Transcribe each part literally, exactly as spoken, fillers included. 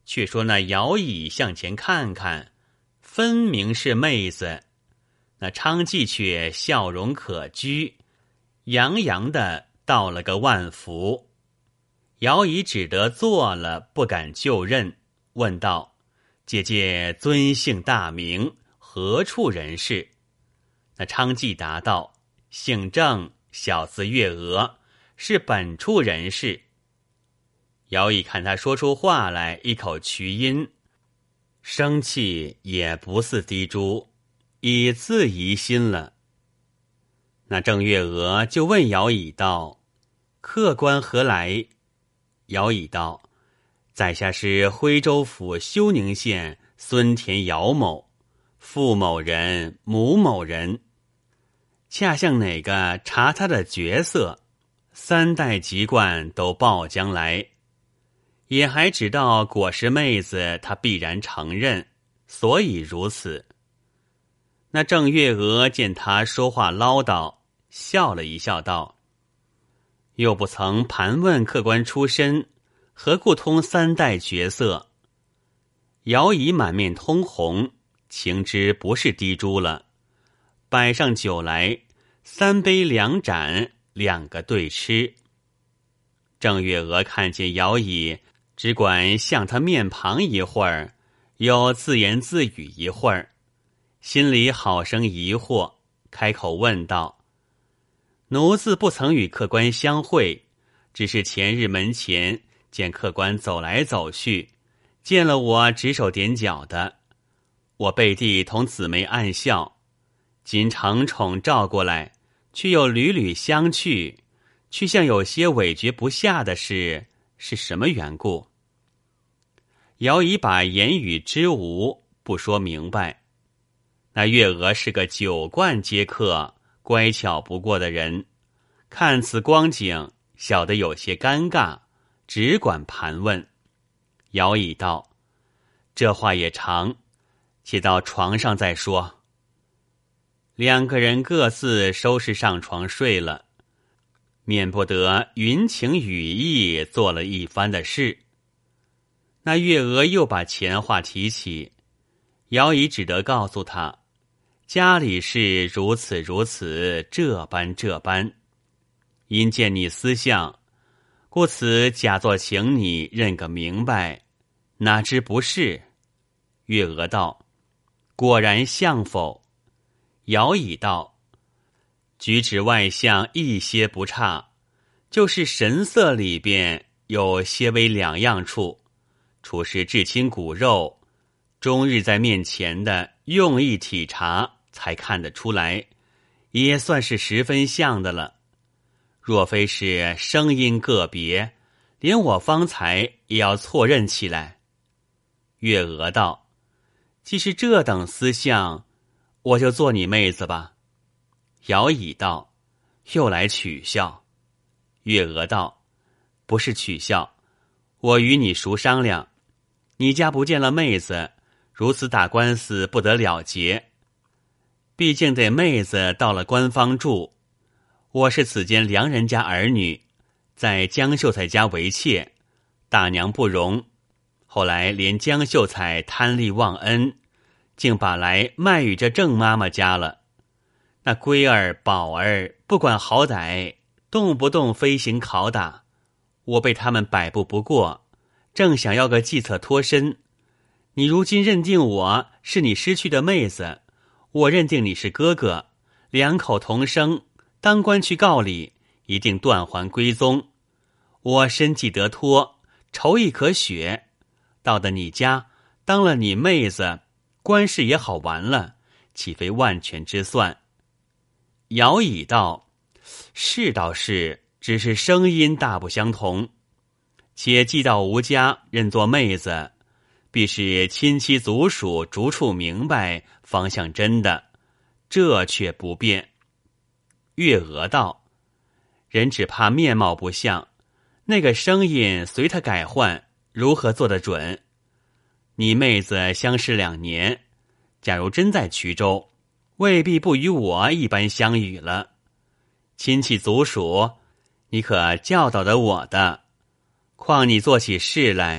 却说那姚乙向前看看，分明是妹子。那昌济却笑容可掬，洋洋的道了个万福。姚乙只得坐了，不敢就任，问道：姐姐尊姓大名，何处人士？那昌济答道：姓郑，小字月娥，是本处人士。姚乙看他说出话来，一口渠音，生气也不似滴珠，已自疑心了。那郑月娥就问姚乙道：客官何来？姚乙道：在下是徽州府休宁县孙田姚某，父某人，母某人。恰向哪个查他的角色，三代籍贯都报将来，也还知道果是妹子，他必然承认，所以如此。那郑月娥见他说话唠叨，笑了一笑道：又不曾盘问客官出身，何故通三代角色？姚乙满面通红，情知不是滴珠了，摆上酒来，三杯两盏，两个对吃。郑月娥看见姚乙只管向他面庞一会儿，又自言自语一会儿，心里好生疑惑，开口问道：奴自不曾与客官相会，只是前日门前见客官走来走去，见了我指手点脚的，我背地同姊妹暗笑，今承宠召过来，却又屡屡相去，却像有些委决不下的事，是什么缘故？姚乙把言语之无不说明白。那月娥是个酒惯接客、乖巧不过的人，看此光景，晓得有些尴尬，只管盘问。姚乙道：这话也长，且到床上再说。两个人各自收拾上床睡了，免不得云情雨意做了一番的事。那月娥又把前话提起，姚乙只得告诉他，家里是如此如此，这般这般，因见你思相，故此假作请你认个明白，哪知不是？月娥道：果然相否？姚乙道：举止外相一些不差，就是神色里边有些微两样处，除是至亲骨肉，终日在面前的用意体察，才看得出来，也算是十分像的了。若非是声音个别，连我方才也要错认起来。月娥道：既是这等思相，我就做你妹子吧。姚乙道：又来取笑。月娥道：不是取笑，我与你熟商量，你家不见了妹子，如此打官司不得了结，毕竟得妹子到了官方住。我是此间良人家儿女，在江秀才家为妾，大娘不容，后来连江秀才贪利忘恩，竟把来卖与这郑妈妈家了。那龟儿宝儿不管好歹，动不动飞行拷打，我被他们摆布不过，正想要个计策脱身。你如今认定我是你失去的妹子，我认定你是哥哥，两口同生，当官去告理，一定断还归宗。我身既得脱，仇亦可雪，到的你家当了你妹子，官事也好完了，岂非万全之算？姚乙道：是倒是，只是声音大不相同。且寄到吴家认作妹子，必是亲戚族属逐处明白，方向真的，这却不便。月娥道：人只怕面貌不像，那个声音随他改换，如何做得准？你妹子相识两年，假如真在衢州，未必不与我一般相与了。亲戚族属，你可教导得我的。况你做起事来，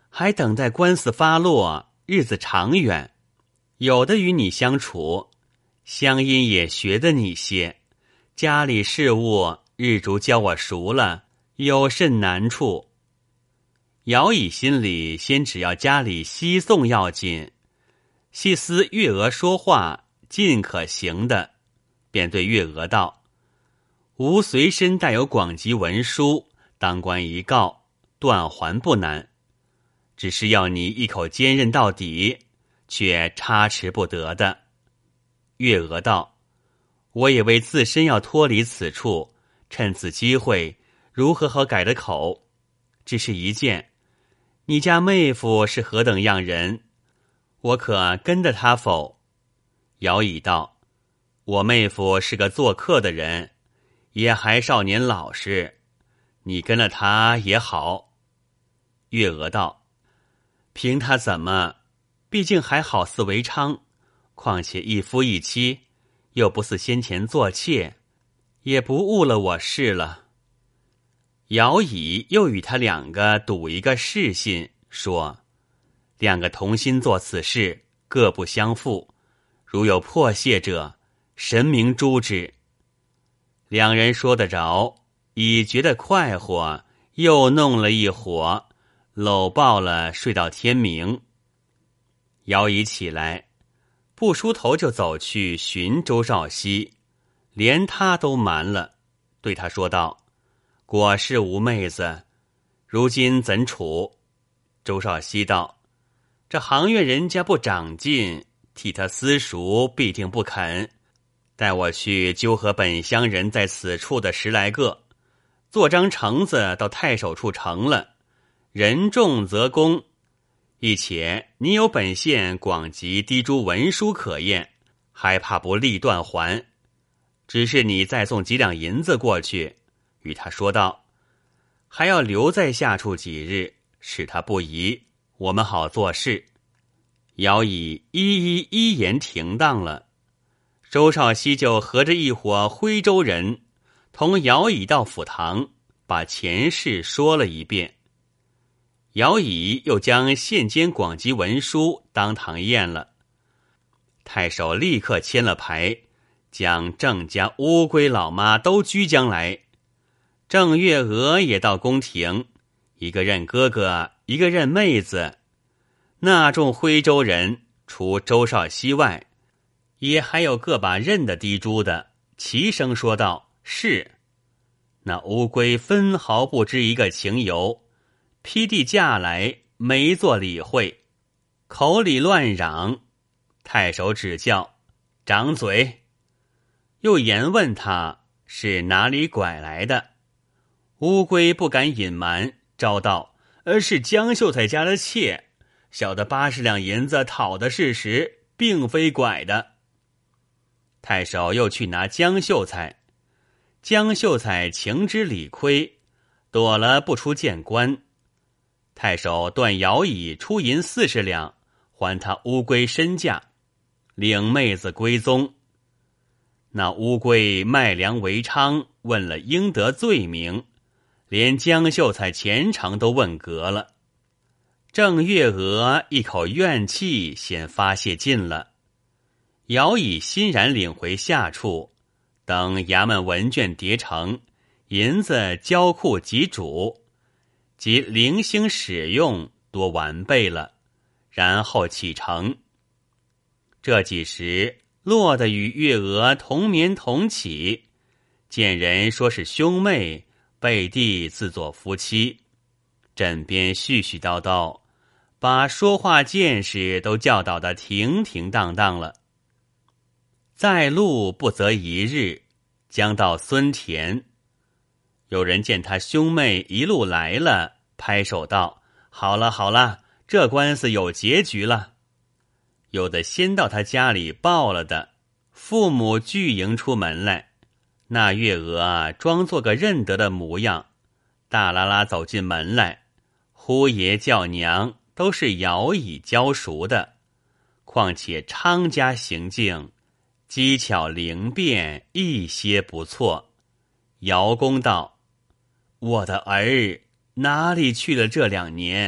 还等待官司发落，日子长远。有的与你相处，乡音也学得你些，家里事务日逐教我熟了，有甚难处？姚乙心里先只要家里西送要紧，细思月娥说话尽可行的，便对月娥道：吾随身带有广籍文书，当官一告，断还不难，只是要你一口坚韧到底，却差池不得的。月娥道：我也为自身要脱离此处，趁此机会如何好改的口？只是一件，你家妹夫是何等样人？我可跟着他否？姚乙道：我妹夫是个做客的人，也还少年老实，你跟了他也好。月娥道：凭他怎么，毕竟还好似为娼，况且一夫一妻，又不似先前做妾，也不误了我事了。姚乙又与他两个赌一个誓信，说两个同心做此事，各不相负，如有破谢者，神明诛之。两人说得着，已觉得快活，又弄了一伙，搂抱了睡到天明。姚乙起来，不梳头就走去寻周少熙，连他都瞒了，对他说道：果是无妹子，如今怎处？周少熙道：这行院人家不长进，替他私塾必定不肯，带我去纠合本乡人在此处的十来个，做张橙子到太守处成了，人重则公。一且你有本县广籍滴珠文书可验，还怕不立断还？只是你再送几两银子过去，与他说道，还要留在下处几日，使他不疑，我们好做事。姚乙一一一言停当了。周少熙就合着一伙徽州人，同姚乙到府堂，把前事说了一遍。姚乙又将县监广籍文书当堂验了，太守立刻签了牌，将郑家乌龟老妈都拘将来。郑月娥也到宫廷，一个认哥哥，一个认妹子。那众徽州人除周少熙外，也还有个把认的滴珠的，齐声说道：是。那乌龟分毫不知一个情由，披地架来，没做理会，口里乱嚷。太守指教掌嘴，又严问他是哪里拐来的。乌龟不敢隐瞒，招道：呃，是江秀才家的妾，小的八十两银子讨的事实，并非拐的。太守又去拿江秀才，江秀才情知理亏，躲了不出见官。太守断姚乙出银四十两，还他乌龟身价，领妹子归宗。那乌龟卖粮为娼，问了应得罪名，连江秀才前程都问革了。郑月娥一口怨气先发泄尽了，姚乙欣然领回下处，等衙门文卷叠成，银子交库及主，及零星使用多完备了，然后启程。这几时落得与月娥同眠同起，见人说是兄妹，背地自作夫妻，枕边絮絮叨叨，把说话见识都教导得停停当当了。再路不则一日，将到孙田，有人见他兄妹一路来了，拍手道：好了好了，这官司有结局了。有的先到他家里报了的，父母俱迎出门来。那月娥啊，装作个认得的模样，大拉拉走进门来，呼爷叫娘都是姚乙教熟的，况且昌家行径机巧灵便，一些不错。姚公道：我的儿哪里去了这两年，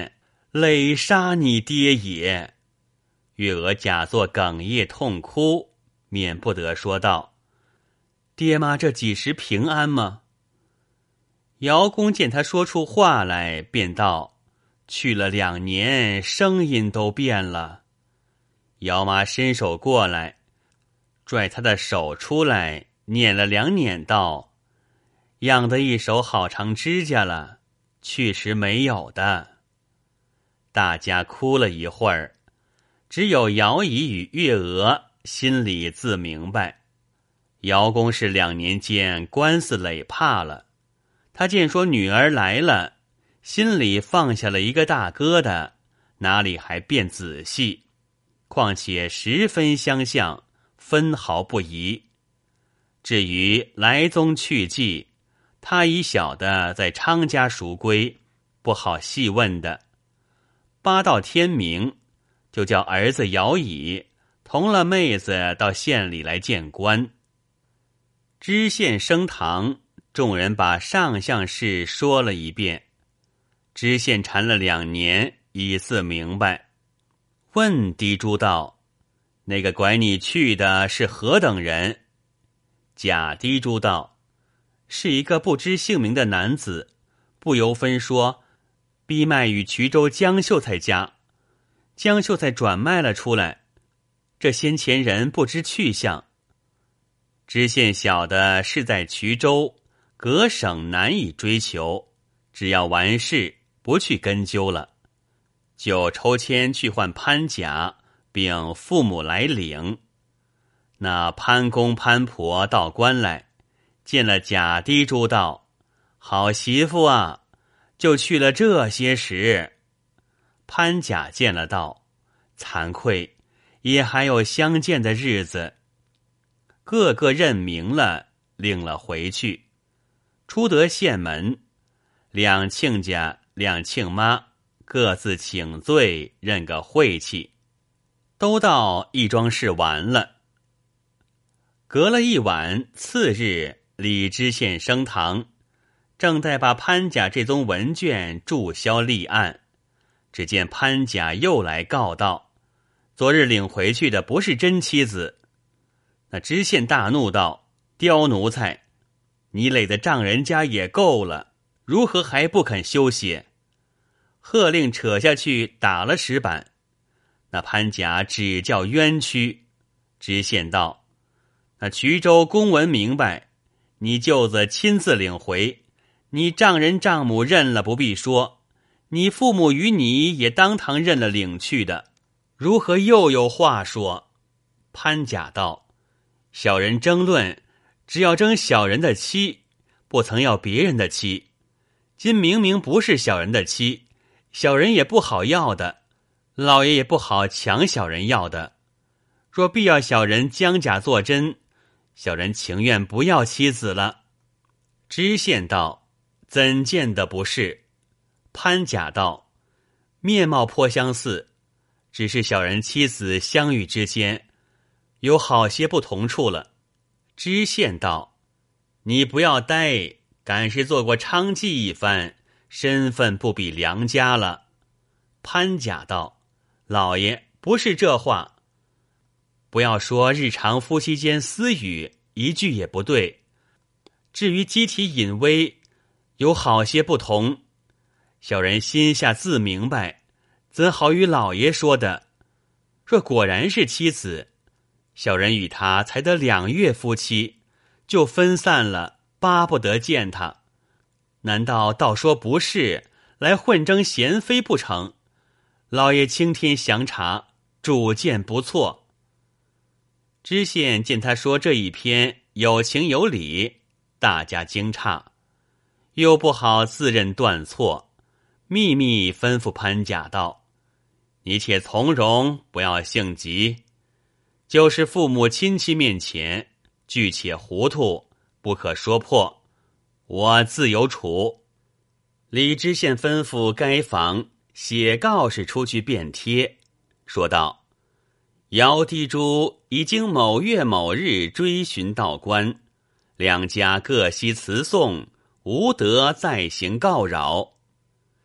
累杀你爹也。”月娥假作哽咽痛哭，免不得说道：“爹妈这几时平安吗？”姚公见他说出话来，便道：“去了两年，声音都变了。”姚妈伸手过来，拽他的手出来，捻了两捻，道：“养得一手好长指甲了，去时没有的。”大家哭了一会儿，只有姚姨与月娥心里自明白，姚公是两年间官司累怕了。他见说女儿来了，心里放下了一个大疙瘩，哪里还辨仔细？况且十分相像，分毫不疑。至于来宗去迹，他已晓得在昌家赎归，不好细问的。八到天明，就叫儿子姚乙同了妹子到县里来见官。知县升堂，众人把上项事说了一遍。知县缠了两年，已自明白，问滴珠道：“那个拐你去的是何等人？”贾滴珠道：“是一个不知姓名的男子，不由分说，逼卖与衢州江秀才家，江秀才转卖了出来，这先前人不知去向。”知县晓得是在衢州，各省难以追求，只要完事，不去根究了，就抽签去唤潘甲，并父母来领。那潘公潘婆到官来，见了贾滴珠道：“好媳妇啊，就去了这些时。”潘甲见了道：“惭愧，也还有相见的日子。”个个认明了，领了回去。出得县门，两亲家两亲妈各自请罪，认个晦气。都到义庄事完了。隔了一晚，次日李知县升堂，正待把潘甲这宗文卷注销立案，只见潘甲又来告道：“昨日领回去的不是真妻子。”那知县大怒道：“刁奴才，你累的丈人家也够了，如何还不肯休息？”喝令扯下去打了十板。那潘甲只叫冤屈。知县道：“那衢州公文明白，你舅子亲自领回，你丈人丈母认了不必说，你父母与你也当堂认了领去的，如何又有话说？”潘甲道：“小人争论，只要争小人的妻，不曾要别人的妻。今明明不是小人的妻，小人也不好要的，老爷也不好抢小人要的。若必要小人将假作真，小人情愿不要妻子了。”知县道：“怎见得不是？”潘甲道：“面貌颇相似，只是小人妻子相遇之间有好些不同处了。”知县道：“你不要呆，敢是做过娼妓一番，身份不比良家了。”潘甲道：“老爷不是这话，不要说日常夫妻间私语，一句也不对。至于机体隐微，有好些不同，小人心下自明白，怎好与老爷说的？若果然是妻子，小人与他才得两月夫妻，就分散了，巴不得见他。难道倒说不是，来混争贤妃不成？老爷青天详察，主见不错。”知县见他说这一篇有情有理，大家惊诧，又不好自认断错，秘密吩咐潘甲道：“你且从容，不要性急。就是父母亲戚面前，俱且糊涂，不可说破，我自有处。”李知县吩咐该房写告示出去便贴，说道：“姚滴珠已经某月某日追寻到官，两家各悉辞送，无得再行告扰。”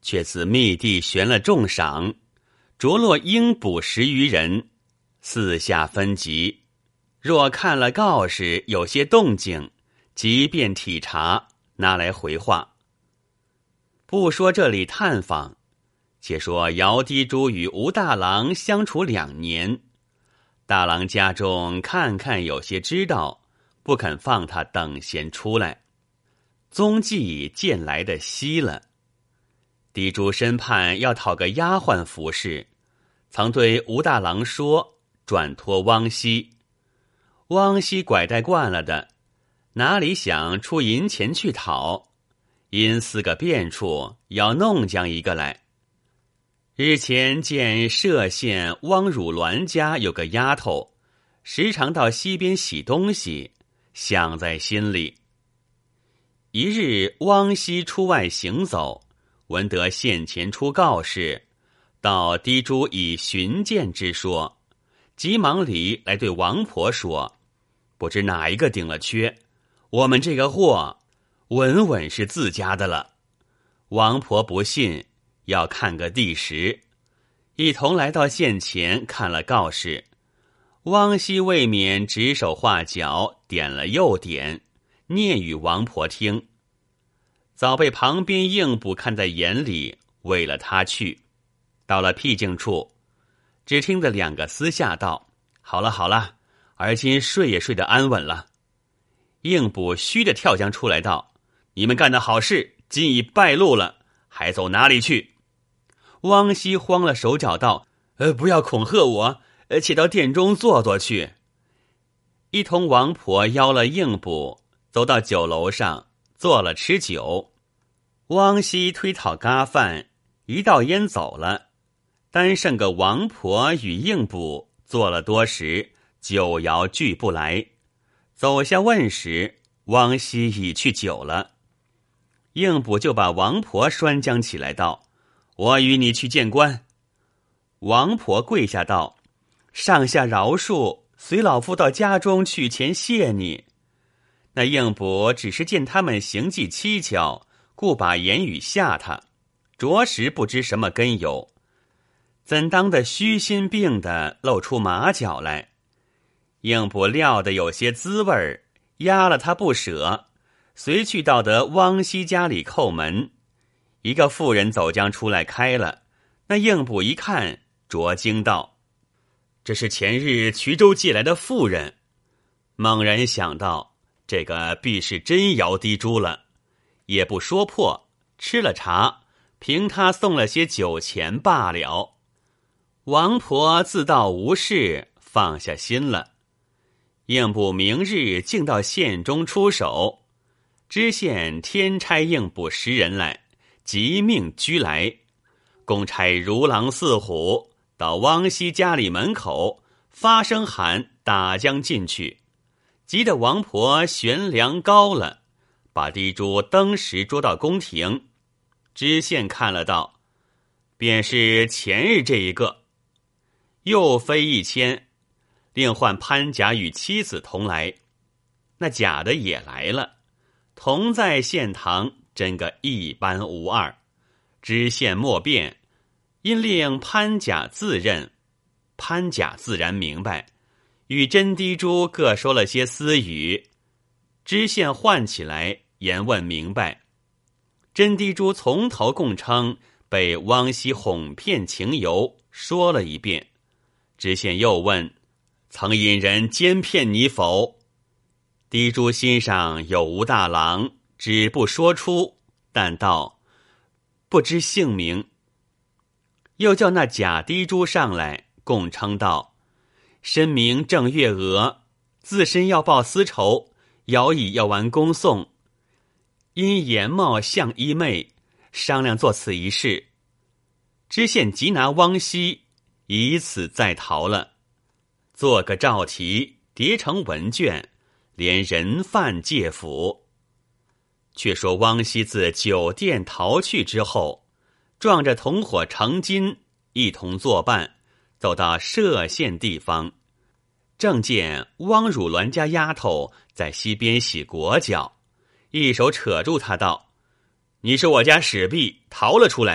却自密地悬了重赏，着落应捕十余人，四下分级。若看了告示有些动静，即便体察，拿来回话。不说这里探访，且说姚滴珠与吴大郎相处两年，大郎家中看看有些知道，不肯放他等闲出来，踪迹渐来的稀了。滴珠身畔要讨个丫鬟服侍，曾对吴大郎说转托汪熙。汪熙拐带惯了的，哪里想出银钱去讨，因思个变处，要弄将一个来。日前见歙县汪汝鸾家有个丫头，时常到溪边洗东西，想在心里。一日汪熙出外行走，闻得县前出告示，到滴珠以寻见之说，急忙里来对王婆说，不知哪一个顶了缺，我们这个货稳稳是自家的了。王婆不信，要看个第实，一同来到县前看了告示。汪熙未免指手画脚，点了又点，念与王婆听。早被旁边应捕看在眼里，为了他去。到了僻静处，只听得两个私下道，好了好了，而今睡也睡得安稳了。应捕虚的跳将出来道，你们干的好事今已败露了，还走哪里去？汪熙慌了手脚道，呃，不要恐吓我，呃，且到殿中坐坐去。一同王婆邀了应捕，走到酒楼上坐了吃酒。汪熙推讨嘎饭，一道烟走了，单剩个王婆与应捕坐了多时，酒肴俱不来。走下问时，汪熙已去久了。应捕就把王婆拴将起来道，我与你去见官。王婆跪下道，上下饶恕，随老夫到家中去前谢你。那应捕只是见他们行迹蹊跷，故把言语吓他，着实不知什么根由，怎当的虚心病的露出马脚来。应捕料的有些滋味儿，压了他不舍，随去到得汪熙家里叩门。一个妇人走将出来开了，那应捕一看，着惊道，这是前日衢州借来的妇人。猛然想到，这个必是真姚滴珠了，也不说破，吃了茶，凭他送了些酒钱罢了。王婆自道无事，放下心了。应捕明日竟到县中出手，知县添差应捕十人来，即命拘来，公差如狼似虎，到汪熙家里门口发声喊打将进去。急得王婆悬梁高了，把滴珠登时捉到宫廷。知县看了道，便是前日这一个。又飞一千，另唤潘甲与妻子同来。那假的也来了，同在县堂，真个一般无二。知县莫辩，因令潘甲自认。潘甲自然明白，与真滴珠各说了些私语。知县唤起来，言问明白。真滴珠从头供称被汪熙哄骗情由，说了一遍。知县又问，曾引人奸骗你否？滴珠心上有吴大郎，只不说出，但道不知姓名。又叫那假滴珠上来，供称道，身名郑月娥，自身要报私仇，姚乙要完恭送，因颜貌像一妹，商量做此一事。知县即拿汪熙以此再逃了，做个诏题，叠成文卷，连人犯戒府。却说汪熙自酒店逃去之后，撞着同伙成金一同作伴，走到歙县地方，正见汪汝鸾家丫头在溪边洗裹脚，一手扯住他道，你是我家使婢，逃了出来，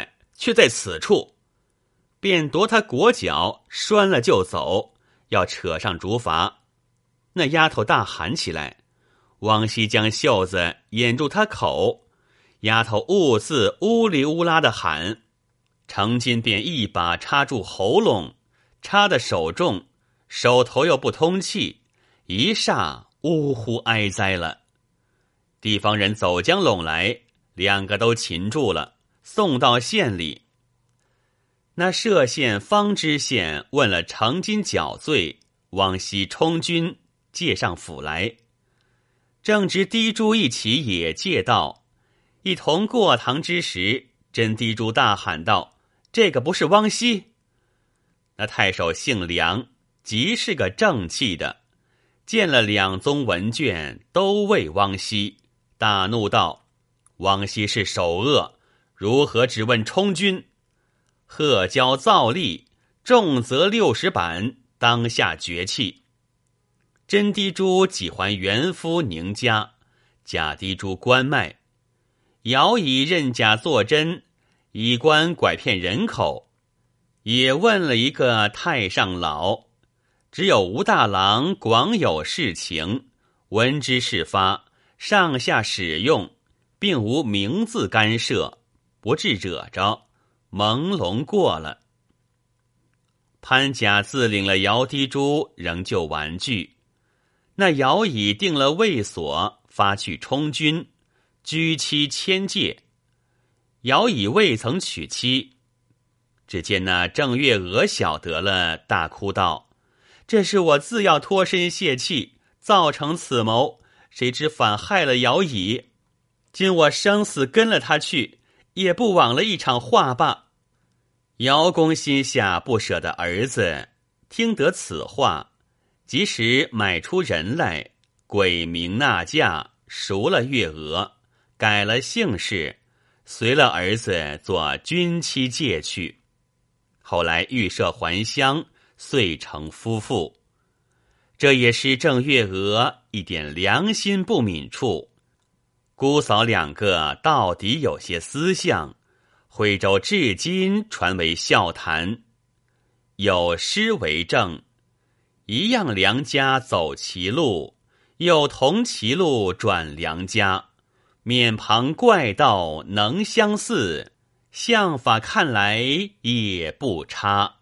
却在此处，便夺他裹脚，拴了就走，要扯上竹筏。那丫头大喊起来，王熙将袖子掩住她口，丫头兀自乌里乌拉的喊，程金便一把插住喉咙，插得手重，手头又不通气，一霎呜呼哀哉了。地方人走将拢来，两个都擒住了，送到县里。那歙县、方知县问了程金缴罪，往西充军借上府来。正值滴珠一起也借到，一同过堂之时，真滴珠大喊道：“这个不是汪熙？”那太守姓梁，极是个正气的，见了两宗文卷都为汪熙，大怒道：“汪熙是首恶，如何只问充军？贺交造例，重则六十板，当下绝气。”真滴珠几还原夫宁家，假滴珠关卖，姚以认假作真，以官拐骗人口。也问了一个太上老，只有吴大郎广有事情，闻之事发，上下使用，并无名字干涉，不致惹着，朦胧过了。潘甲自领了姚滴珠，仍旧玩具。那姚乙定了卫所，发去充军，居妻千界。姚乙未曾娶妻，只见那郑月娥晓得了，大哭道：“这是我自要脱身泄气，造成此谋，谁知反害了姚乙。今我生死跟了他去，也不枉了一场话罢。”姚公心下不舍得儿子，听得此话，即时买出人来，鬼名纳嫁，赎了月娥，改了姓氏，随了儿子做军妻借去。后来预设还乡，遂成夫妇。这也是郑月娥一点良心不泯处。姑嫂两个到底有些思相，徽州至今传为笑谈。有诗为证：一样良家走其路，又同其路转良家。面庞怪道能相似，相法看来也不差。